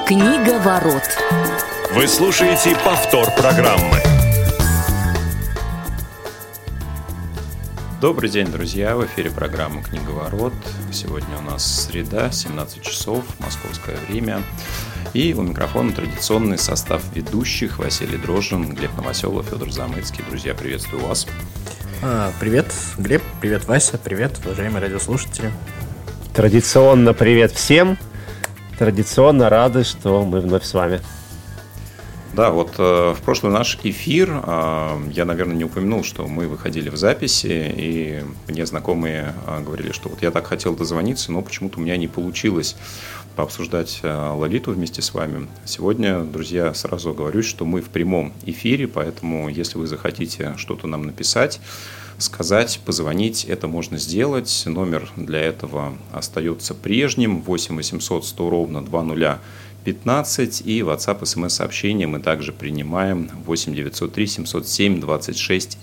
Книга ворот. Вы слушаете повтор программы. Добрый день, друзья! В эфире программа «Книга ворот». Сегодня у нас среда, 17 часов, московское время. И у микрофона традиционный состав ведущих: Василий Дрожжин, Глеб Новоселов, Федор Замыцкий. Друзья, приветствую вас. Привет, Глеб, привет, Вася, привет, уважаемые радиослушатели. Традиционно привет всем. Традиционно рады, что мы вновь с вами. Да, вот в прошлый наш эфир я, наверное, не упомянул, что мы выходили в записи, и мне знакомые говорили, что вот я так хотел дозвониться, но почему-то у меня не получилось пообсуждать Лолиту вместе с вами. Сегодня, друзья, сразу оговорюсь, что мы в прямом эфире, поэтому если вы захотите что-то нам написать, сказать, позвонить, это можно сделать. Номер для этого остается прежним: 8 800 100 ровно 2015. И WhatsApp, SMS-сообщения мы также принимаем: 8 903 707 26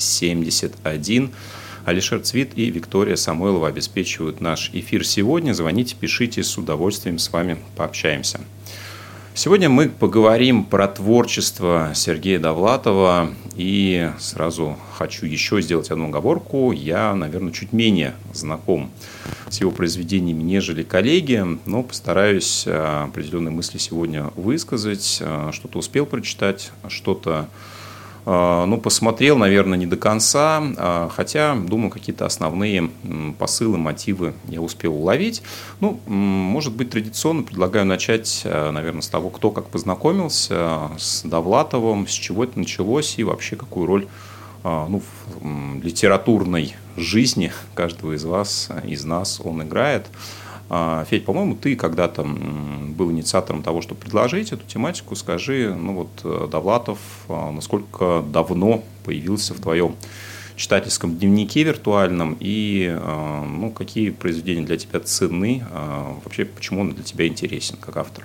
71. Алишер Цвит и Виктория Самойлова обеспечивают наш эфир сегодня. Звоните, пишите, с удовольствием с вами пообщаемся. Сегодня мы поговорим про творчество Сергея Довлатова. И сразу хочу еще сделать одну оговорку. Я, наверное, чуть менее знаком с его произведениями, нежели коллеги, но постараюсь определенные мысли сегодня высказать. Что-то успел прочитать, что-то посмотрел, наверное, не до конца, хотя, думаю, какие-то основные посылы, мотивы я успел уловить. Может быть, традиционно предлагаю начать, наверное, с того, кто как познакомился с Довлатовым, с чего это началось и вообще какую роль в литературной жизни каждого из вас, из нас он играет. Федь, по-моему, ты когда-то был инициатором того, чтобы предложить эту тематику. Скажи, Довлатов насколько давно появился в твоем читательском дневнике виртуальном и какие произведения для тебя ценны, вообще почему он для тебя интересен как автор?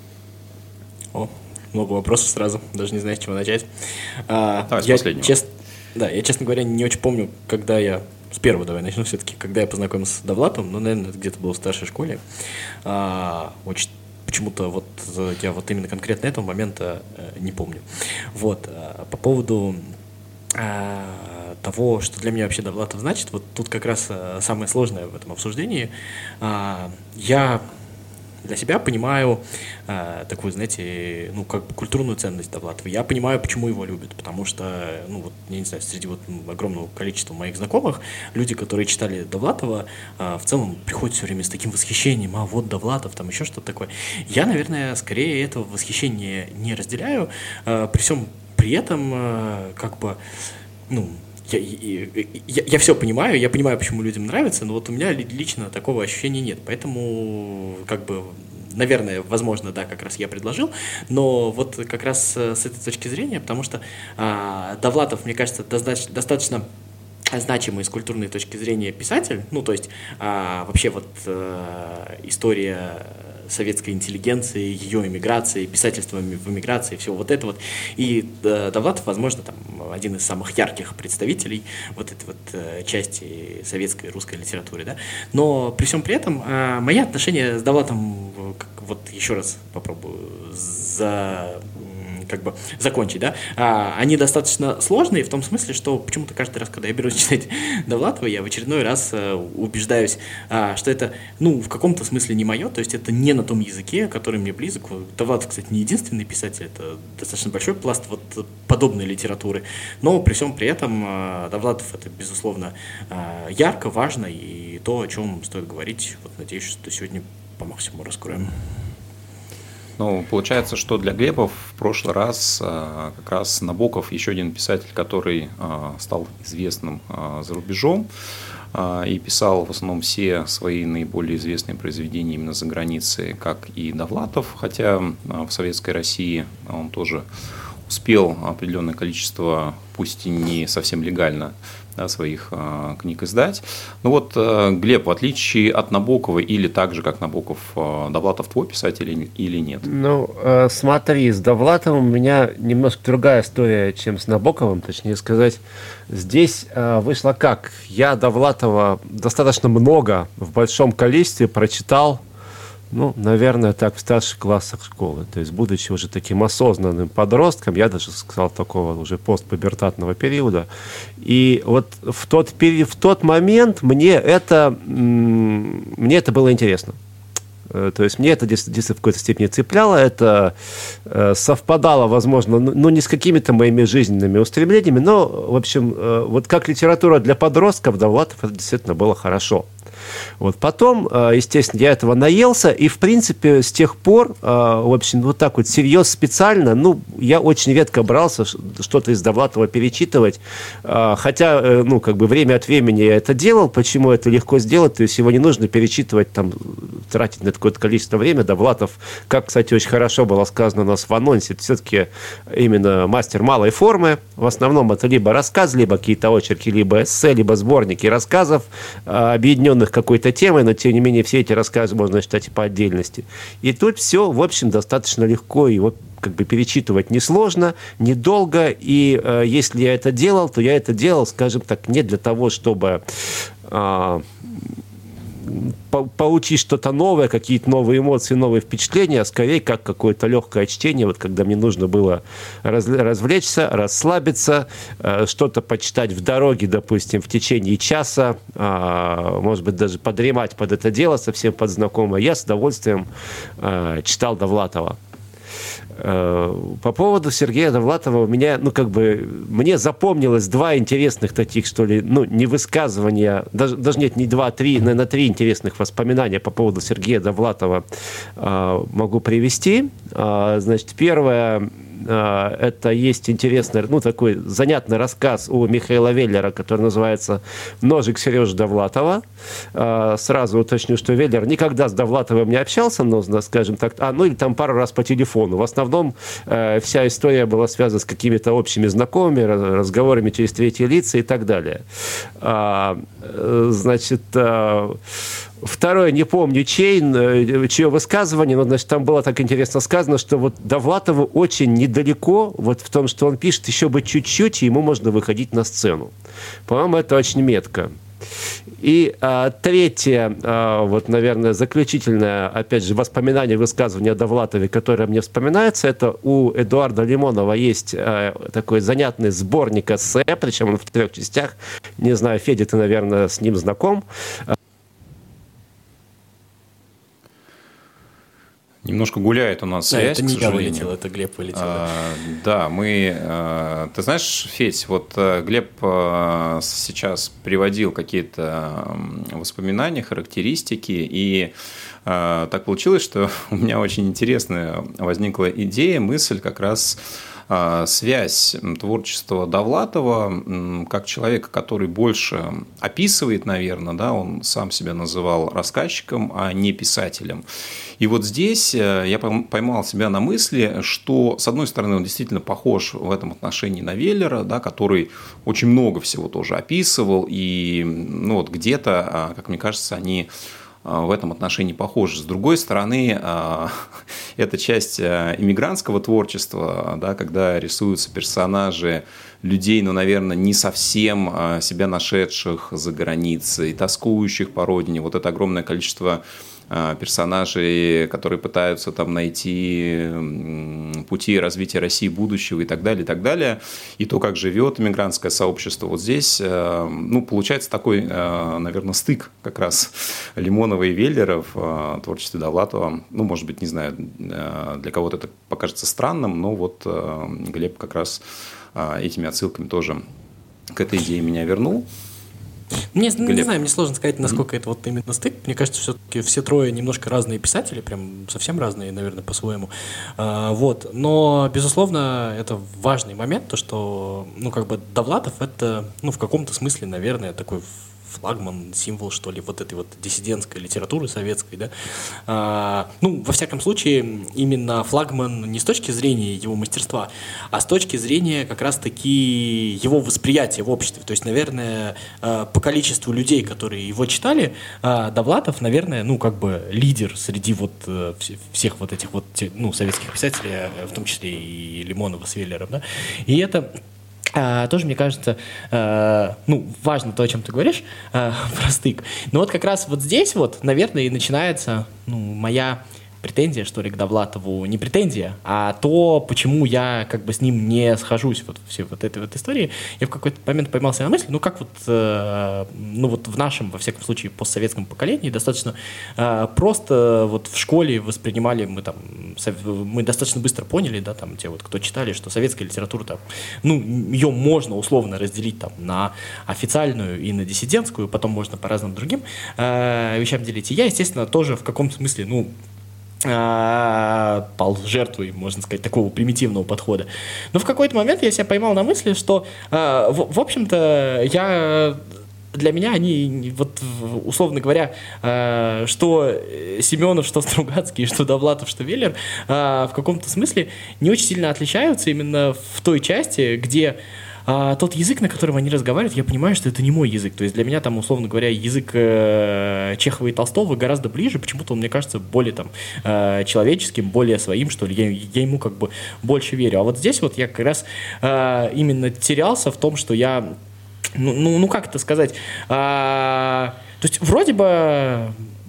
Много вопросов сразу, даже не знаю, с чего начать. Давай, с последнего. Я, честно говоря, не очень помню, когда я... С первого давай начну все-таки. Когда я познакомился с Довлатовым, наверное, это где-то было в старшей школе. Почему-то я именно конкретно этого момента не помню. По поводу того, что для меня вообще Довлатов значит, тут как раз самое сложное в этом обсуждении. Я для себя понимаю такую, знаете, культурную ценность Довлатова. Я понимаю, почему его любят, потому что, я не знаю, среди огромного количества моих знакомых, люди, которые читали Довлатова, в целом приходят все время с таким восхищением: Довлатов, там еще что-то такое. Я, наверное, скорее этого восхищения не разделяю, при всем при этом, я все понимаю, я понимаю, почему людям нравится, но у меня лично такого ощущения нет. Поэтому, наверное, возможно, да, как раз я предложил, но как раз с этой точки зрения, потому что Довлатов, мне кажется, достаточно значимый с культурной точки зрения писатель, вообще история советской интеллигенции, ее эмиграции, писательства в эмиграции, все это. И Довлатов, возможно, один из самых ярких представителей этой части советской русской литературы, да. Но при всем при этом мои отношения с Довлатовым, еще раз попробую закончить, да, они достаточно сложные в том смысле, что почему-то каждый раз, когда я берусь читать Довлатова, я в очередной раз убеждаюсь, что это, в каком-то смысле не мое, то есть это не на том языке, который мне близок. Довлатов, кстати, не единственный писатель, это достаточно большой пласт подобной литературы, но при всем при этом Довлатов — это, безусловно, ярко, важно, и то, о чем стоит говорить, надеюсь, что сегодня по максимуму раскроем. Получается, что для Глеба в прошлый раз как раз Набоков еще один писатель, который стал известным за рубежом и писал в основном все свои наиболее известные произведения именно за границей, как и Довлатов, хотя в Советской России он тоже успел определенное количество, пусть и не совсем легально, своих книг издать. Глеб, в отличие от Набокова или так же, как Набоков, Довлатов твой писатель или нет? Смотри, с Довлатовым у меня немножко другая история, чем с Набоковым, точнее сказать. Здесь вышло как? Я Довлатова достаточно много, в большом количестве прочитал ну, наверное, так, в старших классах школы. То есть, будучи уже таким осознанным подростком, я даже сказал, такого уже постпубертатного периода. И вот в тот момент мне это было интересно. То есть мне это действительно в какой-то степени цепляло, это совпадало, возможно, ну, не с какими-то моими жизненными устремлениями, но, в общем, вот как литература для подростков, Довлатов, это действительно было хорошо. Вот потом, естественно, я этого наелся, и, в принципе, с тех пор, в общем, вот так вот серьезно, специально, ну, я очень редко брался что-то из Довлатова перечитывать, хотя, ну, как бы время от времени я это делал. Почему это легко сделать? То есть его не нужно перечитывать, там, тратить на какое-то количество времени. Довлатов, как, кстати, очень хорошо было сказано у нас в анонсе, это все-таки именно мастер малой формы. В основном это либо рассказ, либо какие-то очерки, либо эссе, либо сборники рассказов, объединенных какой-то темой, но, тем не менее, все эти рассказы можно читать и по отдельности. И тут все, в общем, достаточно легко, его как бы перечитывать несложно, недолго, и если я это делал, то я это делал, скажем так, не для того, чтобы получить что-то новое, какие-то новые эмоции, новые впечатления, а скорее как какое-то легкое чтение, вот когда мне нужно было развлечься, расслабиться, что-то почитать в дороге, допустим, в течение часа, может быть, даже подремать под это дело, совсем под знакомое, я с удовольствием читал Довлатова. По поводу Сергея Довлатова у меня, ну, как бы, мне запомнилось два интересных таких, что ли, ну, не высказывания, даже нет, не два, три, наверное, три интересных воспоминания по поводу Сергея Довлатова могу привести. Значит, первое, это есть интересный, ну, такой занятный рассказ у Михаила Веллера, который называется «Ножик Сережи Довлатова». Сразу уточню, что Веллер никогда с Довлатовым не общался, но, скажем так, ну, или там пару раз по телефону. В основном вся история была связана с какими-то общими знакомыми, разговорами через третьи лица и так далее. Значит, второе, не помню, чье высказывание, но, значит, там было так интересно сказано, что вот Довлатову очень недалеко, вот в том, что он пишет, еще бы чуть-чуть, и ему можно выходить на сцену. По-моему, это очень метко. И третье, вот, наверное, заключительное, опять же, воспоминание, высказывание о Довлатове, которое мне вспоминается, это у Эдуарда Лимонова есть такой занятный сборник эссе, причем он в 3 частях. Не знаю, Федя, ты, наверное, с ним знаком. Немножко гуляет у нас связь, это не к сожалению. я вылетел, это Глеб вылетел. Да, ты знаешь, Федь, вот Глеб сейчас приводил какие-то воспоминания, характеристики, и так получилось, что у меня очень интересная возникла идея, мысль как раз связь творчества Довлатова как человека, который больше описывает, наверное, да, он сам себя называл рассказчиком, а не писателем. И вот здесь я поймал себя на мысли, что, с одной стороны, он действительно похож в этом отношении на Веллера, да, который очень много всего тоже описывал, и ну, вот где-то, как мне кажется, они в этом отношении похожи. С другой стороны, это часть иммигрантского творчества, да, когда рисуются персонажи людей, ну, наверное, не совсем себя нашедших за границей, тоскующих по родине. Вот это огромное количество персонажей, которые пытаются там найти пути развития России будущего и так далее, и так далее. И то, как живет иммигрантское сообщество. Вот здесь, ну, получается такой, наверное, стык как раз Лимонова и Веллера в творчестве Довлатова. Ну, может быть, не знаю, для кого-то это покажется странным, но вот Глеб как раз этими отсылками тоже к этой идее меня вернул. Не знаю, мне сложно сказать, насколько это вот именно стык. Мне кажется, все-таки все трое немножко разные писатели, прям совсем разные, наверное, по-своему. Вот. Но, безусловно, это важный момент, то, что, ну, как бы Довлатов это, ну, в каком-то смысле, наверное, такой флагман, символ, что ли, вот этой вот диссидентской литературы советской, да. Ну, во всяком случае, именно флагман не с точки зрения его мастерства, а с точки зрения как раз-таки его восприятия в обществе. То есть, наверное, по количеству людей, которые его читали, Довлатов, наверное, ну, как бы лидер среди вот всех вот этих вот, ну, советских писателей, в том числе и Лимонова с Веллером, да. И это тоже, мне кажется, важно то, о чем ты говоришь, про стык. Но вот как раз вот здесь вот, наверное, и начинается, моя претензия, что ли, к Довлатову. Не претензия, а то, почему я как бы с ним не схожусь вот всей вот этой вот истории. Я в какой-то момент поймался на мысли, как вот, в нашем, во всяком случае, постсоветском поколении достаточно просто вот в школе воспринимали мы достаточно быстро поняли, да, там, те вот, кто читали, что советская литература, там, ее можно условно разделить там на официальную и на диссидентскую, потом можно по разным другим вещам делить. И я, естественно, тоже в каком-то смысле, пал жертвой, можно сказать, такого примитивного подхода. Но в какой-то момент я себя поймал на мысли, что, в общем-то, для меня они, вот, условно говоря, что Семенов, что Стругацкий, что Довлатов, что Веллер, в каком-то смысле не очень сильно отличаются именно в той части, где тот язык, на котором они разговаривают, я понимаю, что это не мой язык. То есть для меня там, условно говоря, язык Чехова и Толстого гораздо ближе. Почему-то он, мне кажется, более там человеческим, более своим, что ли. Я ему как бы больше верю. А вот здесь вот я как раз именно терялся в том, что я, как это сказать, то есть вроде бы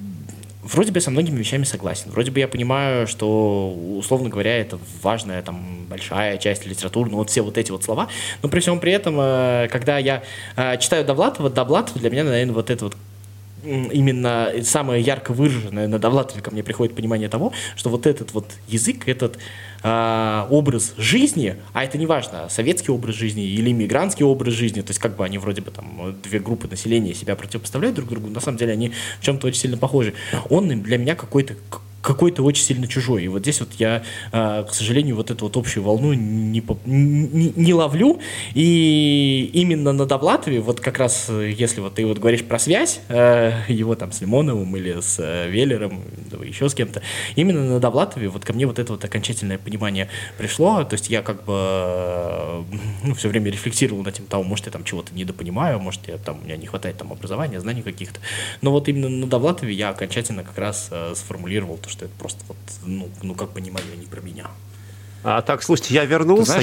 я со многими вещами согласен. Вроде бы я понимаю, что, условно говоря, это важная, там, большая часть литературы, все вот эти вот слова. Но при всем при этом, когда я читаю Довлатова для меня, наверное, вот это вот именно самое ярко выраженное на Довлатове ко мне приходит понимание того, что вот этот вот язык, этот образ жизни, а это не важно, советский образ жизни или иммигрантский образ жизни, то есть как бы они вроде бы там две группы населения себя противопоставляют друг другу, на самом деле они в чем-то очень сильно похожи. Он для меня какой-то очень сильно чужой. И вот здесь вот я, к сожалению, вот эту вот общую волну не ловлю. И именно на Довлатове, вот как раз, если вот ты вот говоришь про связь его там с Лимоновым или с Веллером, еще с кем-то, именно на Довлатове вот ко мне вот это вот окончательное понимание пришло. То есть я как бы все время рефлексировал над тем, может, я там чего-то недопонимаю, может, у меня не хватает там образования, знаний каких-то. Но вот именно на Довлатове я окончательно как раз сформулировал то, что это просто вот, как бы не мое, не про меня. Так, слушайте, я вернулся,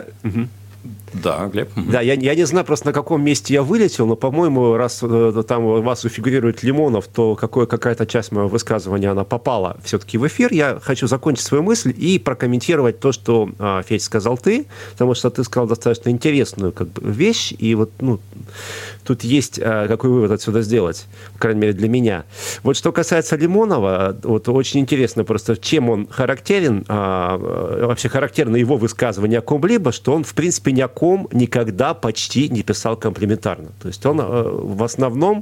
Да, Глеб. Да, я не знаю просто, на каком месте я вылетел, но, по-моему, раз там у вас фигурирует Лимонов, то какая-то часть моего высказывания, она попала все-таки в эфир. Я хочу закончить свою мысль и прокомментировать то, что, Федь, сказал ты, потому что ты сказал достаточно интересную как бы вещь, и вот, тут есть какой вывод отсюда сделать, по крайней мере, для меня. Вот что касается Лимонова, вот очень интересно просто, чем он характерен, вообще характерно его высказывание о ком-либо, что он, в принципе, ни о ком никогда почти не писал комплиментарно. То есть он в основном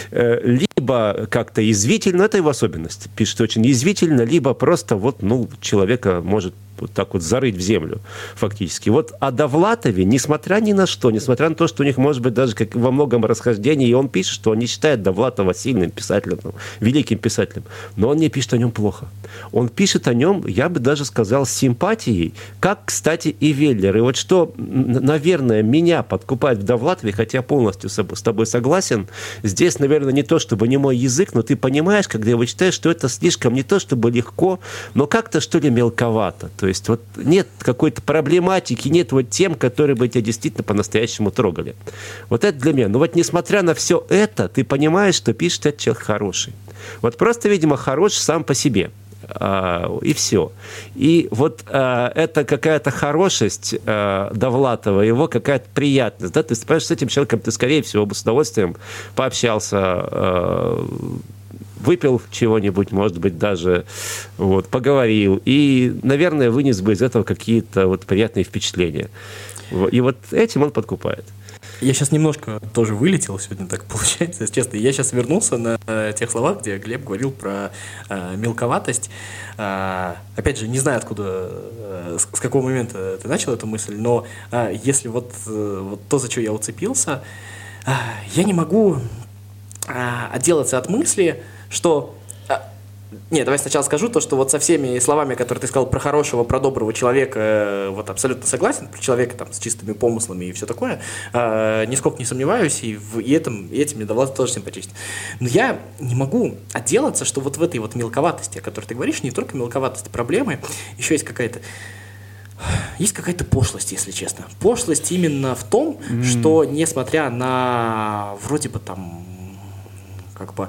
либо как-то язвительно, это его особенность, пишет очень язвительно, либо просто вот, человека может вот так вот зарыть в землю фактически. Вот о Довлатове, несмотря ни на что, несмотря на то, что у них может быть даже как во многом расхождение, и он пишет, что он не считает Довлатова сильным писателем, великим писателем, но он не пишет о нем плохо. Он пишет о нем, я бы даже сказал, с симпатией, как, кстати, и Веллер. И вот что, наверное, меня подкупает в Довлатове, хотя полностью с тобой согласен, здесь, наверное, не то, чтобы не мой язык, но ты понимаешь, когда его читаешь, что это слишком не то, чтобы легко, но как-то, что ли, мелковато. То есть вот нет какой-то проблематики, нет вот тем, которые бы тебя действительно по-настоящему трогали. Вот это для меня. Но вот несмотря на все это, ты понимаешь, что пишет этот человек хороший. Вот просто, видимо, хорош сам по себе. И все. И вот это какая-то хорошесть Довлатова, его какая-то приятность. Да? Ты понимаешь, с этим человеком ты, скорее всего, бы с удовольствием пообщался, выпил чего-нибудь, может быть, даже поговорил. И, наверное, вынес бы из этого какие-то приятные впечатления. И вот этим он подкупает. Я сейчас немножко тоже вылетел, сегодня так получается, если честно. Я сейчас вернулся на тех словах, где Глеб говорил про мелковатость. Опять же, не знаю, откуда, с какого момента ты начал эту мысль, но если вот то, за что я уцепился, я не могу отделаться от мысли, что... Нет, давай сначала скажу то, что вот со всеми словами, которые ты сказал про хорошего, про доброго человека, вот абсолютно согласен, про человека там с чистыми помыслами и все такое, нисколько не сомневаюсь, и этим мне Довлатов тоже симпатичен. Но я не могу отделаться, что вот в этой вот мелковатости, о которой ты говоришь, не только мелковатости проблемы, еще есть какая-то Есть какая-то пошлость, если честно. Пошлость именно в том, что несмотря на вроде бы там как бы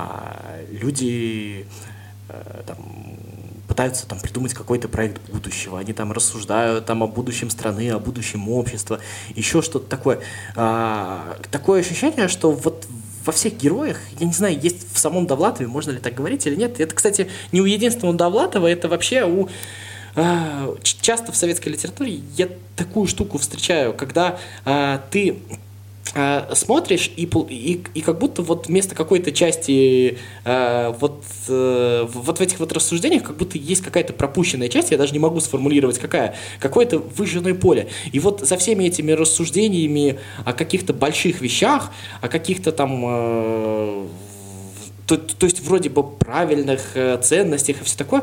люди там пытаются там придумать какой-то проект будущего, они там рассуждают там о будущем страны, о будущем общества, еще что-то такое. Такое ощущение, что вот во всех героях, я не знаю, есть в самом Довлатове, можно ли так говорить или нет. Это, кстати, не у единственного Довлатова, это вообще у... Часто в советской литературе я такую штуку встречаю, когда ты смотришь и как будто вот вместо какой-то части вот в этих вот рассуждениях как будто есть какая-то пропущенная часть, я даже не могу сформулировать какая, какое-то выжженное поле. И вот за всеми этими рассуждениями о каких-то больших вещах, о каких-то там то есть вроде бы правильных ценностях и все такое,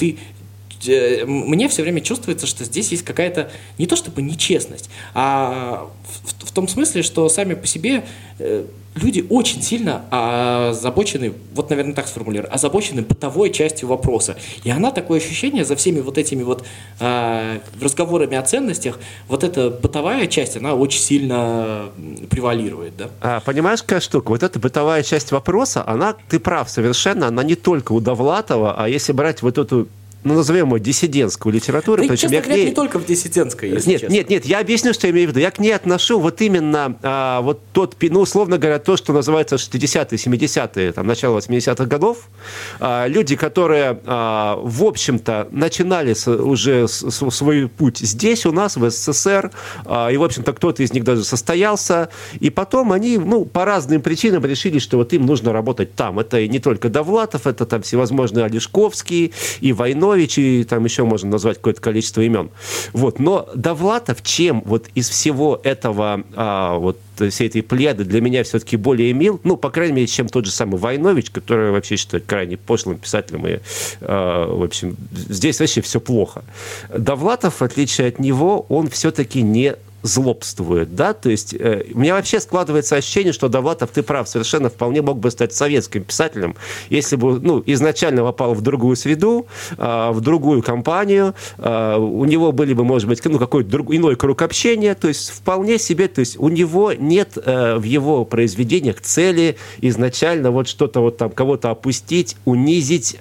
мне все время чувствуется, что здесь есть какая-то не то чтобы нечестность, а в том смысле, что сами по себе люди очень сильно озабочены, вот, наверное, так сформулирую, озабочены бытовой частью вопроса. И она, такое ощущение, за всеми вот этими вот разговорами о ценностях, вот эта бытовая часть, она очень сильно превалирует, да? Понимаешь, какая штука? Вот эта бытовая часть вопроса, ты прав совершенно, она не только у Довлатова, а если брать вот эту, назовем ее диссидентскую литературу. Да, честно говоря, не только в диссидентской, если честно. Нет, я объясню, что я имею в виду. Я к ней отношу вот именно вот тот, условно говоря, то, что называется 60-е, 70-е, там, начало 80-х годов. Люди, которые, в общем-то, начинали уже свой путь здесь, у нас, в СССР, и, в общем-то, кто-то из них даже состоялся, и потом они, по разным причинам решили, что вот им нужно работать там. Это и не только Довлатов, это там всевозможные Олешковские, и Войнович, и там еще можно назвать какое-то количество имен. Вот. Но Довлатов чем вот из всего этого, вот всей этой плеяды для меня все-таки более мил, по крайней мере, чем тот же самый Войнович, который вообще считают крайне пошлым писателем, и, в общем, здесь вообще все плохо. Довлатов, в отличие от него, он все-таки не злобствует, да, то есть у меня вообще складывается ощущение, что Довлатов, ты прав, совершенно вполне мог бы стать советским писателем, если бы, изначально попал в другую среду, в другую компанию, у него были бы, может быть, какой-то иной круг общения, то есть вполне себе, то есть у него нет в его произведениях цели изначально вот что-то вот там, кого-то опустить, унизить,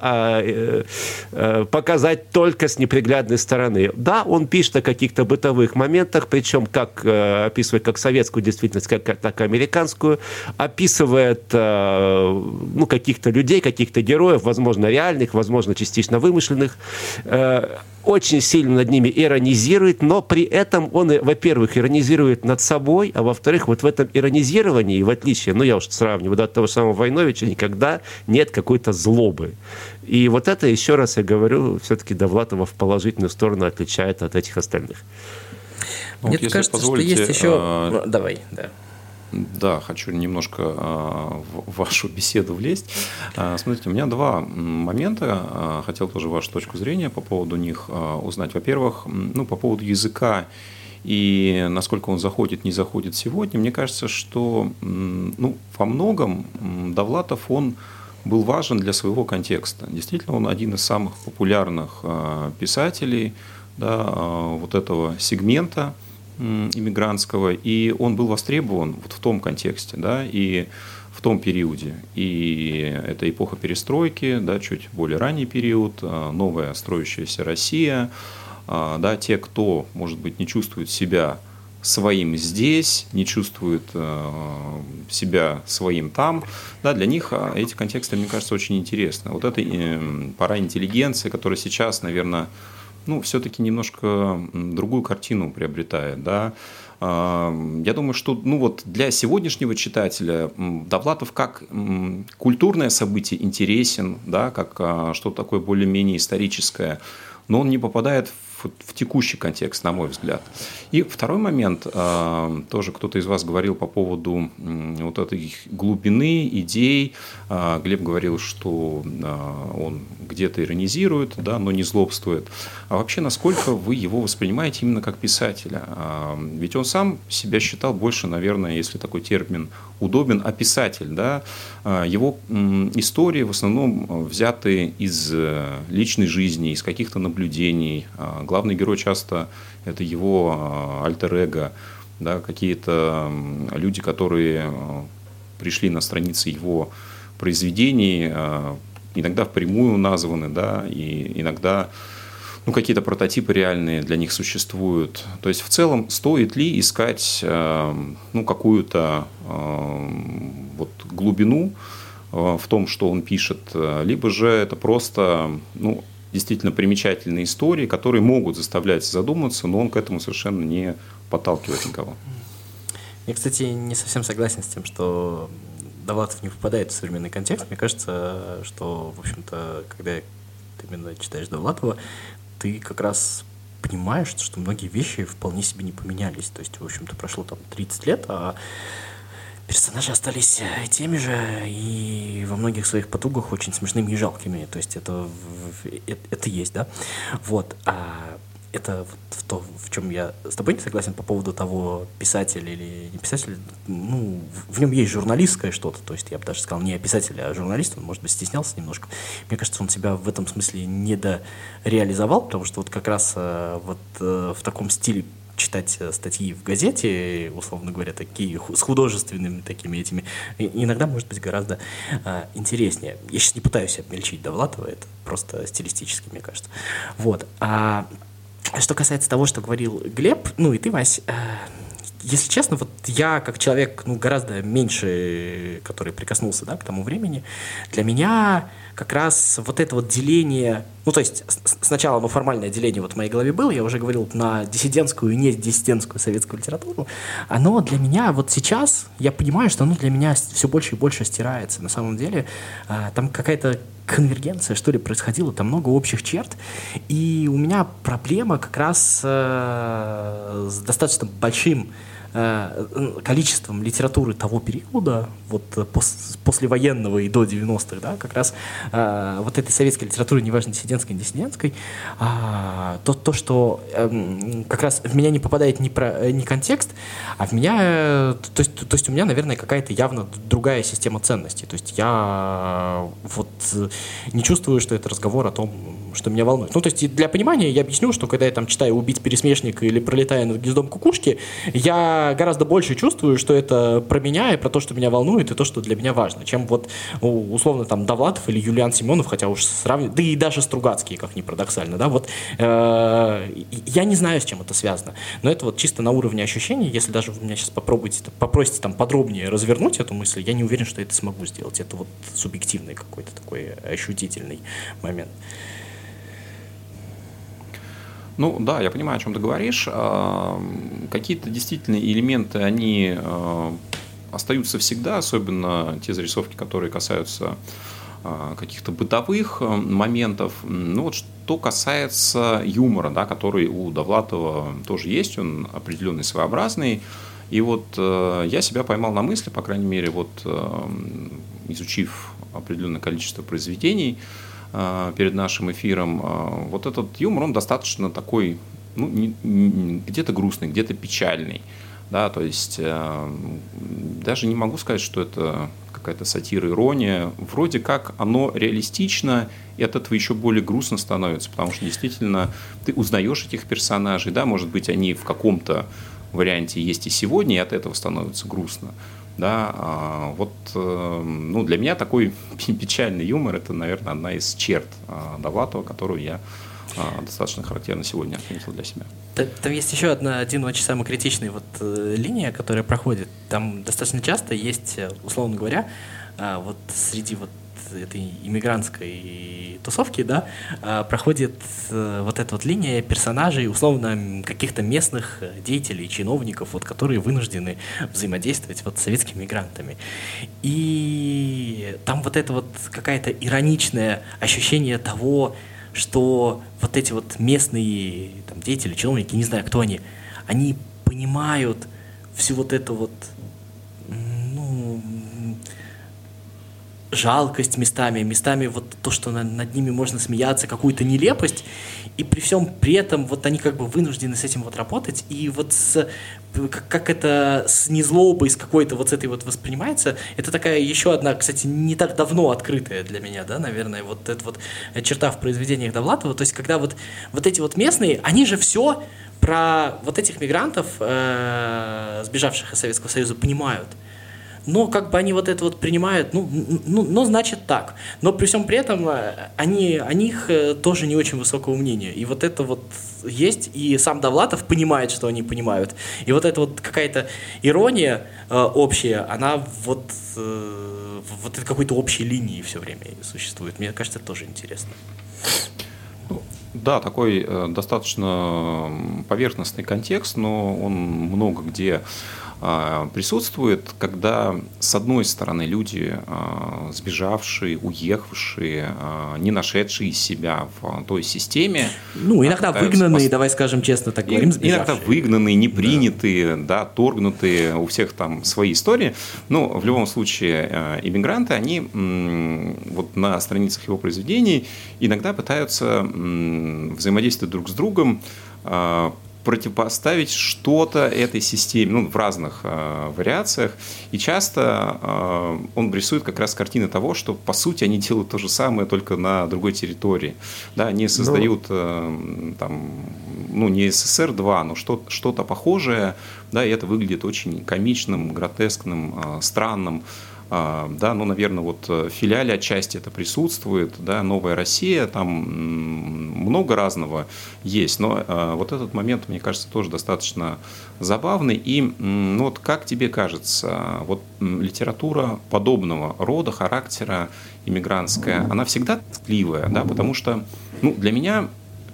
показать только с неприглядной стороны. Да, он пишет о каких-то бытовых моментах, причем описывает как советскую действительность, так и американскую, описывает каких-то людей, каких-то героев, возможно, реальных, возможно, частично вымышленных, очень сильно над ними иронизирует, но при этом он, во-первых, иронизирует над собой, а во-вторых, вот в этом иронизировании, в отличие, я уж сравниваю, от того самого Войновича, никогда нет какой-то злобы. И вот это, еще раз я говорю, все-таки Довлатова в положительную сторону отличает от этих остальных. Мне кажется, что есть еще... Давай, да. Да, хочу немножко в вашу беседу влезть. Смотрите, у меня два момента. Хотел тоже вашу точку зрения по поводу них узнать. Во-первых, по поводу языка и насколько он заходит, не заходит сегодня. Мне кажется, что во многом Довлатов, он был важен для своего контекста. Действительно, он один из самых популярных писателей, да, вот этого сегмента иммигрантского, и он был востребован вот в том контексте, да, и в том периоде. И это эпоха перестройки, да, чуть более ранний период, новая строящаяся Россия, да, те, кто, может быть, не чувствует себя своим здесь, не чувствует себя своим там, да, для них эти контексты, мне кажется, очень интересны. Вот это пора интеллигенции, которая сейчас, наверное, все-таки немножко другую картину приобретает, да. Я думаю, что для сегодняшнего читателя Довлатов как культурное событие интересен, да, как что-то такое более-менее историческое, но он не попадает в текущий контекст, на мой взгляд. И второй момент, тоже кто-то из вас говорил по поводу вот этой глубины идей. Глеб говорил, что он где-то иронизирует, да, но не злобствует. А вообще, насколько вы его воспринимаете именно как писателя? Ведь он сам себя считал больше, наверное, если такой термин удобен, а писатель, да. Его истории в основном взяты из личной жизни, из каких-то наблюдений, главный герой часто это его альтер-эго, да, какие-то люди, которые пришли на страницы его произведений, иногда впрямую названы, да, и иногда какие-то прототипы реальные для них существуют. То есть в целом стоит ли искать какую-то глубину в том, что он пишет, либо же это просто действительно примечательные истории, которые могут заставлять задуматься, но он к этому совершенно не подталкивает никого. Я, кстати, не совсем согласен с тем, что Довлатов не попадает в современный контекст. Мне кажется, что, в общем-то, когда ты именно читаешь Довлатова, ты как раз понимаешь, что многие вещи вполне себе не поменялись. То есть, в общем-то, прошло там 30 лет, а персонажи остались теми же и во многих своих потугах очень смешными и жалкими. То есть это есть, да? Вот. Это вот то, в чем я с тобой не согласен по поводу того, писатель или не писатель. В нем есть журналистское что-то. То есть я бы даже сказал не писатель, а журналист. Он, может быть, стеснялся немножко. Мне кажется, он себя в этом смысле недореализовал, потому что вот как раз в таком стиле читать статьи в газете, условно говоря, такие с художественными такими этими, иногда может быть гораздо интереснее. Я сейчас не пытаюсь обмельчить Довлатова, это просто стилистически, мне кажется. Вот. Что касается того, что говорил Глеб, и ты, Вась, если честно, вот я как человек, гораздо меньше, который прикоснулся, да, к тому времени, для меня как раз вот это вот деление, то есть сначала формальное деление вот в моей голове было, я уже говорил, на диссидентскую и не диссидентскую советскую литературу, оно для меня вот сейчас, я понимаю, что оно для меня все больше и больше стирается. На самом деле там какая-то конвергенция, что ли, происходила, там много общих черт, и у меня проблема как раз с достаточно большим количеством литературы того периода, вот послевоенного и до 90-х, да, как раз вот этой советской литературы, неважно, диссидентской, не диссидентской, то, что как раз в меня не попадает не контекст, а в меня, то есть у меня, наверное, какая-то явно другая система ценностей. То есть я вот не чувствую, что это разговор о том, что меня волнует. То есть для понимания я объясню, что когда я там читаю «Убить пересмешника» или «Пролетая над гнездом кукушки», я гораздо больше чувствую, что это про меня и про то, что меня волнует, и то, что для меня важно, чем вот условно там Довлатов или Юлиан Семенов, хотя уж сравнивать, да и даже Стругацкий, как ни парадоксально, да, вот я не знаю, с чем это связано, но это вот чисто на уровне ощущений. Если даже вы меня сейчас попросите там подробнее развернуть эту мысль, я не уверен, что это смогу сделать. Это вот субъективный какой-то такой ощутительный момент. Да, я понимаю, о чем ты говоришь. Какие-то действительно элементы, они остаются всегда, особенно те зарисовки, которые касаются каких-то бытовых моментов. Вот что касается юмора, да, который у Довлатова тоже есть, он определенный, своеобразный. И вот я себя поймал на мысли, по крайней мере, вот изучив определенное количество произведений перед нашим эфиром, вот этот юмор, он достаточно такой, где-то грустный, где-то печальный, да, то есть даже не могу сказать, что это какая-то сатира, ирония, вроде как оно реалистично, и от этого еще более грустно становится, потому что действительно ты узнаешь этих персонажей, да, может быть, они в каком-то варианте есть и сегодня, и от этого становится грустно. Да, вот для меня такой печальный юмор – это, наверное, одна из черт Довлатова, которую я достаточно характерно сегодня отметил для себя. Там есть еще один очень самый критичный линия, которая проходит. Там достаточно часто есть, условно говоря, вот среди вот этой иммигрантской тусовки, да, проходит вот эта вот линия персонажей, условно, каких-то местных деятелей, чиновников, вот, которые вынуждены взаимодействовать вот с советскими мигрантами. И там вот это вот какая-то ироничное ощущение того, что вот эти вот местные там, деятели, чиновники, не знаю, кто они понимают всю вот эту вот, жалкость местами вот то, что над ними можно смеяться, какую-то нелепость, и при этом вот они как бы вынуждены с этим вот работать, и вот как это с незлобой, с какой-то вот с этой вот воспринимается, это такая еще одна, кстати, не так давно открытая для меня, да, наверное, вот эта вот черта в произведениях Довлатова, то есть когда вот эти вот местные, они же все про вот этих мигрантов, сбежавших из Советского Союза, понимают. Но как бы они вот это вот принимают, ну, значит так. Но при всем при этом о них тоже не очень высокого мнения. И вот это вот есть, и сам Довлатов понимает, что они понимают. И вот эта вот какая-то ирония общая, она вот этой какой-то общей линии все время существует. Мне кажется, это тоже интересно. Да, такой достаточно поверхностный контекст, но он много где присутствует, когда, с одной стороны, люди, сбежавшие, уехавшие, не нашедшие себя в той системе. Ну, иногда выгнанные, давай скажем честно, так говорим, сбежавшие. Иногда выгнанные, не принятые, да, торгнутые, у всех там свои истории. Но в любом случае, иммигранты, они вот на страницах его произведений иногда пытаются взаимодействовать друг с другом, противопоставить что-то этой системе, ну, в разных вариациях. И часто он рисует как раз картины того, что, по сути, они делают то же самое, только на другой территории. Да, они создают там, ну, не СССР-2, но что-то похожее, да, и это выглядит очень комичным, гротескным, странным. Да, ну, наверное, вот в филиале отчасти это присутствует, да, «Новая Россия», там много разного есть, но вот этот момент, мне кажется, тоже достаточно забавный. И ну, вот как тебе кажется, вот литература подобного рода, характера, иммигрантская, она всегда тоскливая, да, потому что, ну, для меня...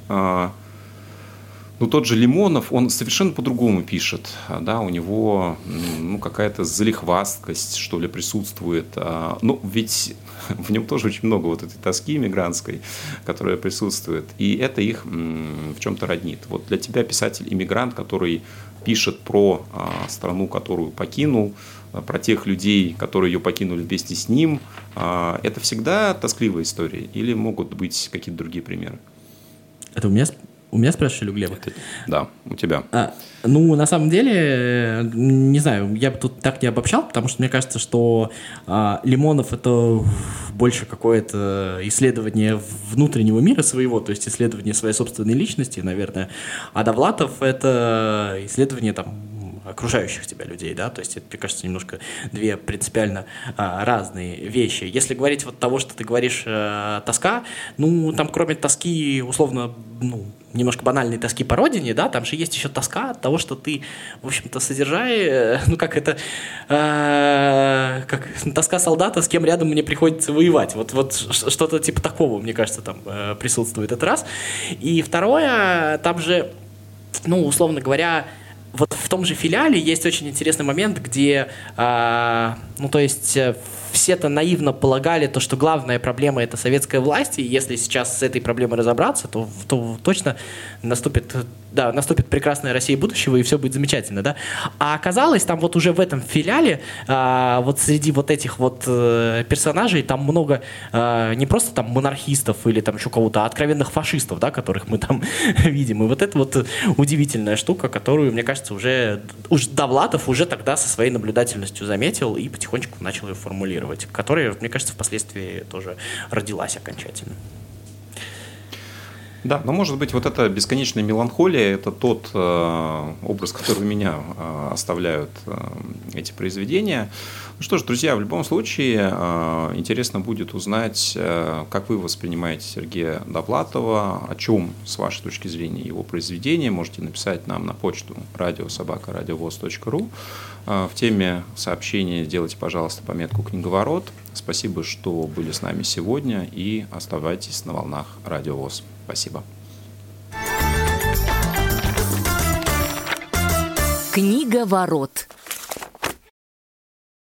Ну, тот же Лимонов, он совершенно по-другому пишет, да, у него, ну, какая-то залихвасткость, что ли, присутствует, ну, ведь в нем тоже очень много вот этой тоски иммигрантской, которая присутствует, и это их в чем-то роднит. Вот для тебя писатель-иммигрант, который пишет про страну, которую покинул, про тех людей, которые ее покинули вместе с ним, это всегда тоскливая история или могут быть какие-то другие примеры? Это у меня спрашивали, у Глеба? Да, у тебя. Ну, на самом деле, не знаю, я бы тут так не обобщал, потому что мне кажется, что Лимонов — это больше какое-то исследование внутреннего мира своего, то есть исследование своей собственной личности, наверное, а Довлатов — это исследование там окружающих тебя людей, да, то есть это, мне кажется, немножко две принципиально разные вещи. Если говорить вот того, что ты говоришь, тоска, ну, там кроме тоски, условно, ну, немножко банальной тоски по родине, да, там же есть еще тоска от того, что ты, в общем-то, содержая, ну, как это, как тоска солдата, с кем рядом мне приходится воевать, вот что-то типа такого, мне кажется, там присутствует, это раз. И второе, там же, ну, условно говоря, вот в том же филиале есть очень интересный момент, где, ну, то есть все-то наивно полагали, то, что главная проблема — это советская власть, и если сейчас с этой проблемой разобраться, то точно наступит прекрасная Россия будущего, и все будет замечательно, да? А оказалось, там вот уже в этом филиале, вот среди вот этих вот персонажей, там много не просто там монархистов или там еще кого-то, а откровенных фашистов, да, которых мы там видим. И вот это вот удивительная штука, которую, мне кажется, уже Довлатов уже тогда со своей наблюдательностью заметил и потихонечку начал ее формулировать, которая, мне кажется, впоследствии тоже родилась окончательно. Да, но может быть вот эта бесконечная меланхолия – это тот образ, который у меня оставляют эти произведения. Ну что ж, друзья, в любом случае интересно будет узнать, как вы воспринимаете Сергея Довлатова, о чем, с вашей точки зрения, его произведения. Можете написать нам на почту radio@radiovoz.ru. В теме сообщения делайте, пожалуйста, пометку «Книговорот». Спасибо, что были с нами сегодня, и оставайтесь на волнах Радио ВОС. Спасибо. Книговорот.